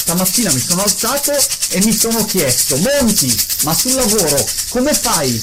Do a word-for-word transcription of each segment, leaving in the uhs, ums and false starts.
stamattina mi sono alzato e mi sono chiesto: Monti, ma sul lavoro come fai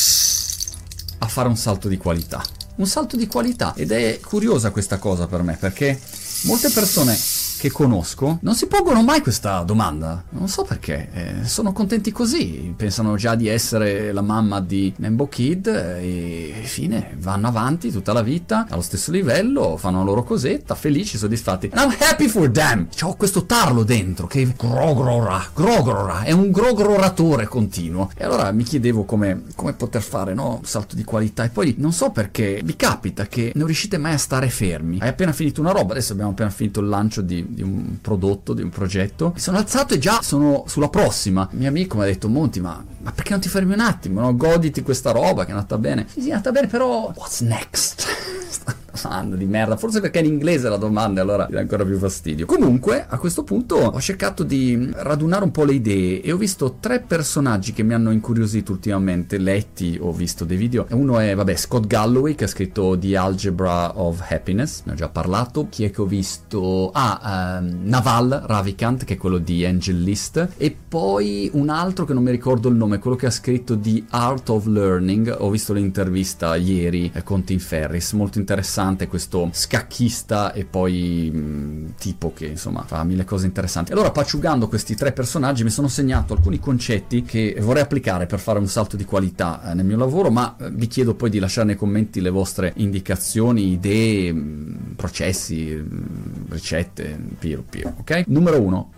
a fare un salto di qualità? Un salto di qualità. Ed è curiosa questa cosa per me, perché molte persone che conosco non si pongono mai questa domanda, non so perché, eh, sono contenti così, pensano già di essere la mamma di Nembo Kid e fine, vanno avanti tutta la vita allo stesso livello, fanno la loro cosetta, felici, soddisfatti. And I'm happy for them. C'ho questo tarlo dentro che grogrora, grogrora, è un grogroratore continuo. E allora mi chiedevo come, come poter fare, no, un salto di qualità. E poi non so perché vi capita che non riuscite mai a stare fermi. Hai appena finito una roba, adesso abbiamo appena finito il lancio di di un prodotto, di un progetto, mi sono alzato e già sono sulla prossima. Il mio amico mi ha detto: Monti, ma, ma perché non ti fermi un attimo, no? Goditi questa roba che è andata bene. Sì, sì, è andata bene, però what's next? Domanda di merda, forse perché in inglese la domanda, allora mi dà ancora più fastidio. Comunque a questo punto ho cercato di radunare un po' le idee e ho visto tre personaggi che mi hanno incuriosito ultimamente, letti, ho visto dei video. Uno è, vabbè, Scott Galloway, che ha scritto The Algebra of Happiness, ne ho già parlato. Chi è che ho visto? Ah, um, Naval Ravikant, che è quello di Angel List, e poi un altro che non mi ricordo il nome, quello che ha scritto The Art of Learning. Ho visto l'intervista ieri eh, con Tim Ferriss, molto interessante, questo scacchista e poi mh, tipo che insomma fa mille cose interessanti. Allora, paciugando questi tre personaggi, mi sono segnato alcuni concetti che vorrei applicare per fare un salto di qualità eh, nel mio lavoro, ma eh, vi chiedo poi di lasciare nei commenti le vostre indicazioni, idee, mh, processi, mh, ricette, piro piro, ok? Numero uno.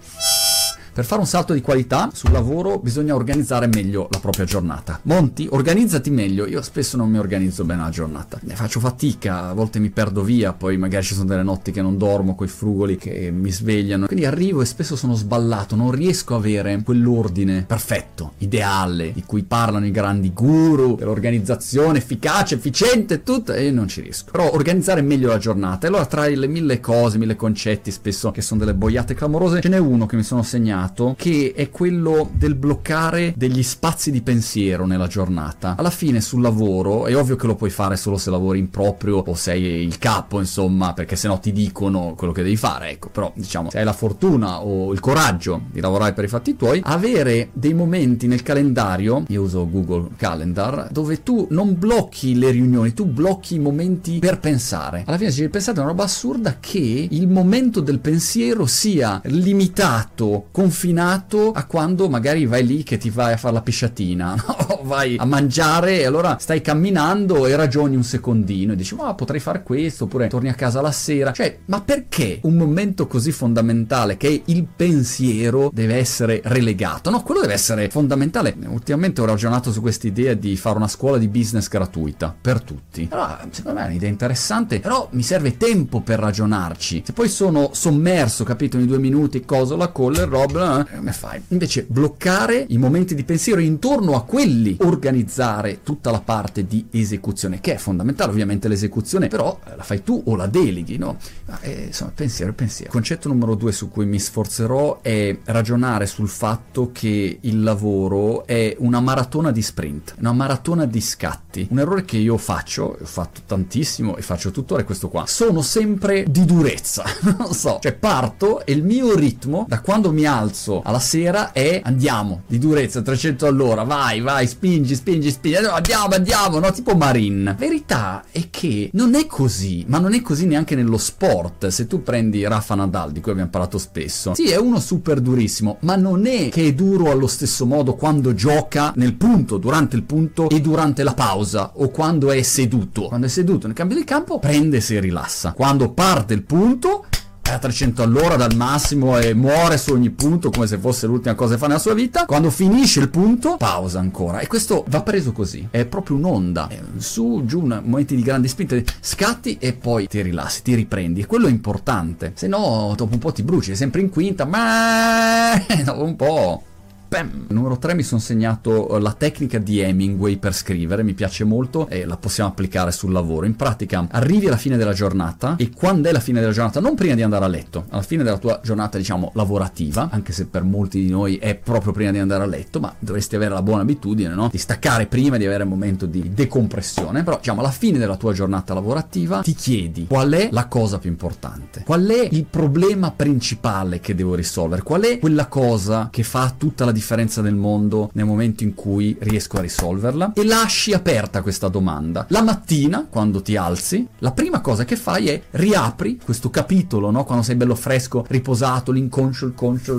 Per fare un salto di qualità sul lavoro bisogna organizzare meglio la propria giornata. Monti, organizzati meglio. Io spesso non mi organizzo bene la giornata, ne faccio fatica, a volte mi perdo via, poi magari ci sono delle notti che non dormo, coi frugoli che mi svegliano, quindi arrivo e spesso sono sballato, non riesco a avere quell'ordine perfetto, ideale, di cui parlano i grandi guru dell'organizzazione efficace, efficiente, tutto, e non ci riesco. Però organizzare meglio la giornata. E allora, tra le mille cose, mille concetti spesso che sono delle boiate clamorose, ce n'è uno che mi sono segnato, che è quello del bloccare degli spazi di pensiero nella giornata. Alla fine sul lavoro è ovvio che lo puoi fare solo se lavori in proprio o sei il capo, insomma, perché sennò ti dicono quello che devi fare, ecco. Però diciamo, se hai la fortuna o il coraggio di lavorare per i fatti tuoi, avere dei momenti nel calendario, io uso Google Calendar, dove tu non blocchi le riunioni, tu blocchi i momenti per pensare. Alla fine, se pensate, è una roba assurda che il momento del pensiero sia limitato, confinato a quando magari vai lì che ti vai a fare la pisciatina, no? Vai a mangiare e allora stai camminando e ragioni un secondino e dici: ma potrei fare questo, oppure torni a casa la sera. Cioè, ma perché un momento così fondamentale che è il pensiero deve essere relegato? No, quello deve essere fondamentale. Ultimamente ho ragionato su questa idea di fare una scuola di business gratuita per tutti. Allora, secondo me è un'idea interessante, però mi serve tempo per ragionarci. Se poi sono sommerso, capito, in due minuti, cosa la call e roba, come fai? Invece bloccare i momenti di pensiero intorno a quelli, organizzare tutta la parte di esecuzione, che è fondamentale ovviamente l'esecuzione, però la fai tu o la deleghi, no? Eh, insomma, pensiero, pensiero. Concetto numero due su cui mi sforzerò è ragionare sul fatto che il lavoro è una maratona di sprint, una maratona di scatti. Un errore che io faccio, ho fatto tantissimo e faccio tuttora, è questo qua: sono sempre di durezza. Non so, cioè parto e il mio ritmo da quando mi alzo alla sera è andiamo di durezza trecento all'ora, vai vai, spingi spingi spingi, andiamo andiamo, no, tipo Marin. Verità è che non è così, ma non è così neanche nello sport. Se tu prendi Rafa Nadal, di cui abbiamo parlato spesso, sì, è uno super durissimo, ma non è che è duro allo stesso modo quando gioca nel punto, durante il punto e durante la pausa, o quando è seduto. Quando è seduto nel cambio di campo prende e si rilassa, quando parte il punto a trecento all'ora dal massimo e muore su ogni punto come se fosse l'ultima cosa che fa nella sua vita. Quando finisce il punto, pausa ancora. E questo va preso così, è proprio un'onda, è su, giù, momenti di grandi spinte, scatti e poi ti rilassi, ti riprendi. E quello è importante, se no dopo un po' ti bruci, è sempre in quinta, ma dopo un po' Bam! Numero tre, mi sono segnato la tecnica di Hemingway per scrivere, mi piace molto e la possiamo applicare sul lavoro. In pratica arrivi alla fine della giornata e quando è la fine della giornata, non prima di andare a letto, alla fine della tua giornata diciamo lavorativa, anche se per molti di noi è proprio prima di andare a letto, ma dovresti avere la buona abitudine, no? Di staccare prima, di avere un momento di decompressione. Però diciamo alla fine della tua giornata lavorativa ti chiedi qual è la cosa più importante, qual è il problema principale che devo risolvere, qual è quella cosa che fa tutta la differenza del mondo nel momento in cui riesco a risolverla, e lasci aperta questa domanda. La mattina quando ti alzi la prima cosa che fai è riapri questo capitolo, no? Quando sei bello fresco, riposato, l'inconscio, il conscio,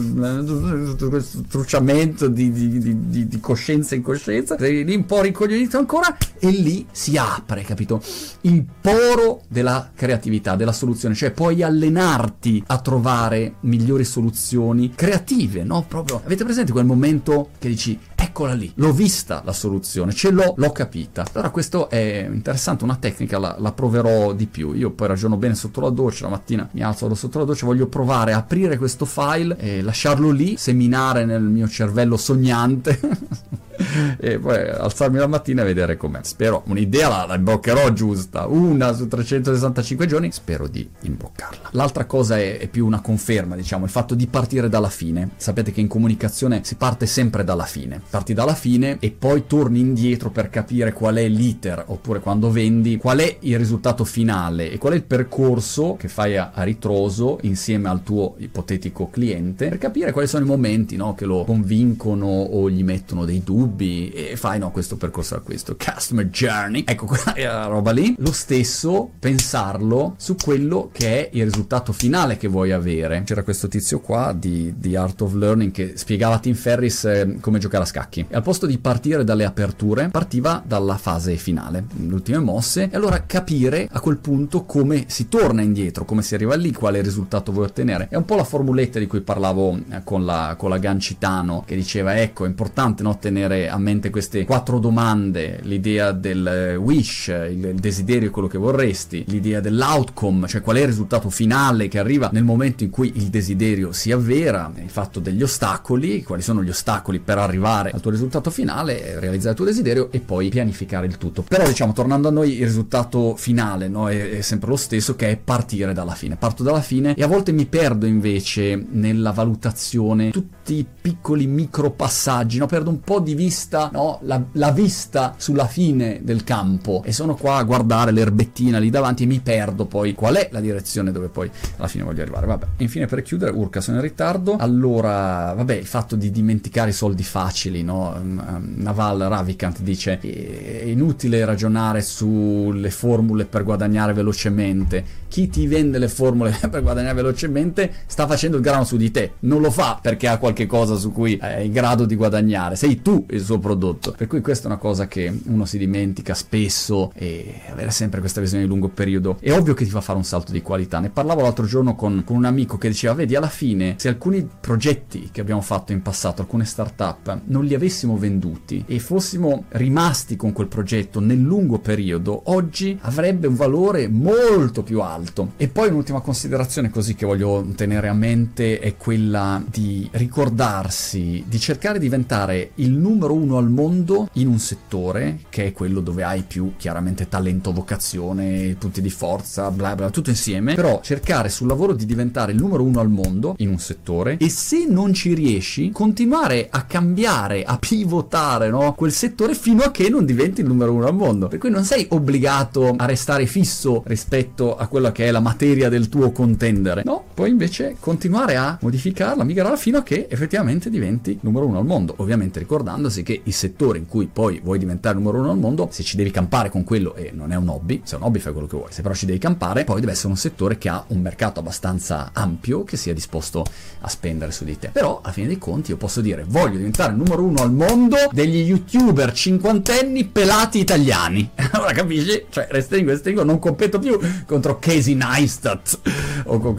questo trucciamento di, di, di, di, di coscienza in coscienza, sei lì un po' rincoglionito ancora e lì si apre, capito? Il poro della creatività, della soluzione, cioè puoi allenarti a trovare migliori soluzioni creative, no? Proprio avete presente quel momento che dici eccola lì, l'ho vista la soluzione, ce l'ho, l'ho capita. Allora questo è interessante, una tecnica, la, la proverò di più. Io poi ragiono bene sotto la doccia, la mattina mi alzo, vado sotto la doccia, voglio provare a aprire questo file e lasciarlo lì, seminare nel mio cervello sognante e poi alzarmi la mattina e vedere com'è. Spero, un'idea la, la imboccherò giusta, una su trecentosessantacinque giorni, spero di imboccarla. L'altra cosa è, è più una conferma, diciamo, il fatto di partire dalla fine. Sapete che in comunicazione si parte sempre dalla fine, parti dalla fine e poi torni indietro per capire qual è l'iter, oppure quando vendi qual è il risultato finale e qual è il percorso che fai a, a ritroso insieme al tuo ipotetico cliente, per capire quali sono i momenti, no, che lo convincono o gli mettono dei dubbi e fai no questo percorso a questo customer journey, ecco quella roba lì. Lo stesso pensarlo su quello che è il risultato finale che vuoi avere. C'era questo tizio qua di, di Art of Learning che spiegava a Tim Ferriss eh, come giocare a scacchi, e al posto di partire dalle aperture partiva dalla fase finale, le ultime mosse, e allora capire a quel punto come si torna indietro, come si arriva lì, quale risultato vuoi ottenere. È un po' la formuletta di cui parlavo eh, con la, con la Gancitano, che diceva ecco è importante, no, tenere a mente queste quattro domande: l'idea del wish, il desiderio è quello che vorresti, l'idea dell'outcome, cioè qual è il risultato finale che arriva nel momento in cui il desiderio si avvera, il fatto degli ostacoli, quali sono gli ostacoli per arrivare al tuo risultato finale, realizzare il tuo desiderio e poi pianificare il tutto. Però diciamo, tornando a noi, il risultato finale, no, è, è sempre lo stesso, che è partire dalla fine. Parto dalla fine e a volte mi perdo invece nella valutazione tutti i piccoli micro passaggi, no, perdo un po' di vista, no, la, la vista sulla fine del campo e sono qua a guardare l'erbettina lì davanti e mi perdo poi qual è la direzione dove poi alla fine voglio arrivare. Vabbè, infine per chiudere, urca sono in ritardo. Allora, vabbè, il fatto di dimenticare i soldi facili, no? Naval Ravikant dice è inutile ragionare sulle formule per guadagnare velocemente. Chi ti vende le formule per guadagnare velocemente sta facendo il grano su di te, non lo fa perché ha qualche cosa su cui è in grado di guadagnare, sei tu il suo prodotto. Per cui questa è una cosa che uno si dimentica spesso, e avere sempre questa visione di lungo periodo è ovvio che ti fa fare un salto di qualità. Ne parlavo l'altro giorno con, con un amico che diceva vedi, alla fine se alcuni progetti che abbiamo fatto in passato, alcune startup, non li avessimo venduti e fossimo rimasti con quel progetto nel lungo periodo, oggi avrebbe un valore molto più alto. E poi un'ultima considerazione così che voglio tenere a mente è quella di ricordarsi di cercare di diventare il numero uno al mondo in un settore che è quello dove hai più chiaramente talento, vocazione, punti di forza, bla bla, tutto insieme. Però cercare sul lavoro di diventare il numero uno al mondo in un settore, e se non ci riesci continuare a cambiare, a pivotare, no, quel settore fino a che non diventi il numero uno al mondo. Per cui non sei obbligato a restare fisso rispetto a quella che è la materia del tuo contendere, no, puoi invece continuare a modificarla, migliorarla fino a che effettivamente diventi numero uno al mondo, ovviamente ricordandosi che il settore in cui poi vuoi diventare numero uno al mondo, se ci devi campare con quello, e non è un hobby, se è un hobby fai quello che vuoi, se però ci devi campare poi deve essere un settore che ha un mercato abbastanza ampio, che sia disposto a spendere su di te. Però alla fine dei conti io posso dire voglio diventare numero uno al mondo degli youtuber cinquantenni pelati italiani. Allora capisci? Cioè restringo, restringo, non competo più contro Casey Neistat o con questa gente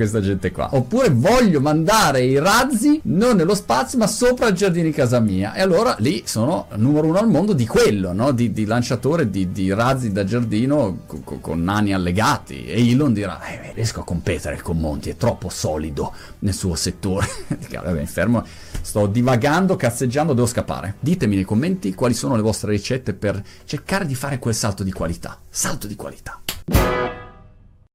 queste qua. Oppure voglio mandare i razzi non nello spazio ma sopra il giardino di casa mia, e allora lì sono numero uno al mondo di quello, no? di, di lanciatore di, di razzi da giardino con, con, con nani allegati. E Elon dirà eh, riesco a competere con Monti, è troppo solido nel suo settore. Vabbè, fermo, sto divagando, cazzeggiando, devo scappare. Ditemi nei commenti quali sono le vostre ricette per cercare di fare quel salto di qualità. Salto di qualità.